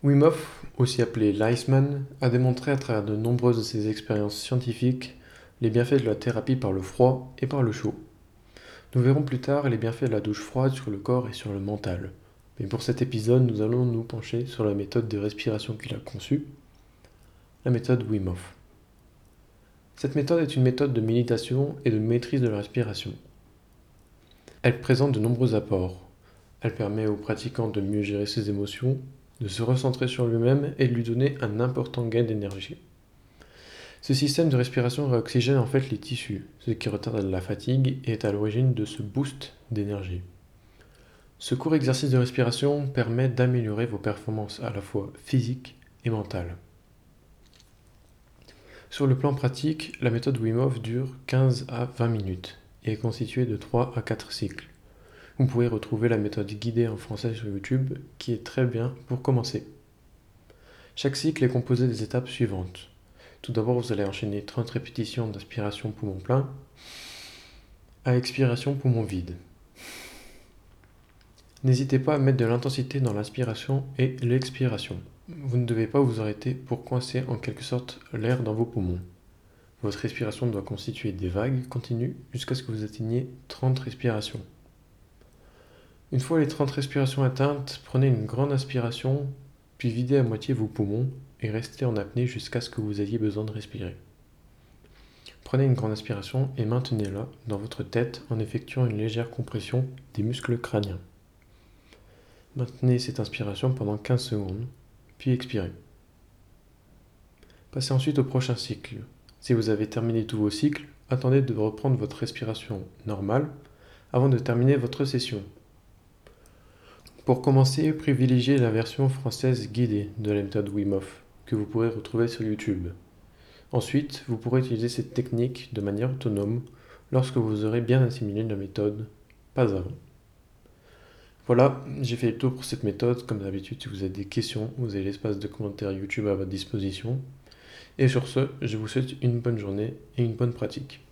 Wim Hof, aussi appelé l'Iceman, a démontré à travers de nombreuses de ses expériences scientifiques les bienfaits de la thérapie par le froid et par le chaud. Nous verrons plus tard les bienfaits de la douche froide sur le corps et sur le mental. Mais pour cet épisode, nous allons nous pencher sur la méthode de respiration qu'il a conçue, la méthode Wim Hof. Cette méthode est une méthode de méditation et de maîtrise de la respiration. Elle présente de nombreux apports. Elle permet aux pratiquants de mieux gérer ses émotions, de se recentrer sur lui-même et de lui donner un important gain d'énergie. Ce système de respiration réoxygène en fait les tissus, ce qui retarde la fatigue et est à l'origine de ce boost d'énergie. Ce court exercice de respiration permet d'améliorer vos performances à la fois physiques et mentales. Sur le plan pratique, la méthode Wim Hof dure 15 à 20 minutes et est constituée de 3 à 4 cycles. Vous pouvez retrouver la méthode guidée en français sur YouTube qui est très bien pour commencer. Chaque cycle est composé des étapes suivantes. Tout d'abord, vous allez enchaîner 30 répétitions d'aspiration poumon plein à expiration poumon vide. N'hésitez pas à mettre de l'intensité dans l'inspiration et l'expiration. Vous ne devez pas vous arrêter pour coincer en quelque sorte l'air dans vos poumons. Votre respiration doit constituer des vagues continues jusqu'à ce que vous atteigniez 30 respirations. Une fois les 30 respirations atteintes, prenez une grande inspiration, puis videz à moitié vos poumons et restez en apnée jusqu'à ce que vous ayez besoin de respirer. Prenez une grande inspiration et maintenez-la dans votre tête en effectuant une légère compression des muscles crâniens. Maintenez cette inspiration pendant 15 secondes, puis expirez. Passez ensuite au prochain cycle. Si vous avez terminé tous vos cycles, attendez de reprendre votre respiration normale avant de terminer votre session. Pour commencer, privilégiez la version française guidée de la méthode Wim Hof, que vous pourrez retrouver sur YouTube. Ensuite, vous pourrez utiliser cette technique de manière autonome lorsque vous aurez bien assimilé la méthode, pas avant. Voilà, j'ai fait le tour pour cette méthode. Comme d'habitude, si vous avez des questions, vous avez l'espace de commentaires YouTube à votre disposition. Et sur ce, je vous souhaite une bonne journée et une bonne pratique.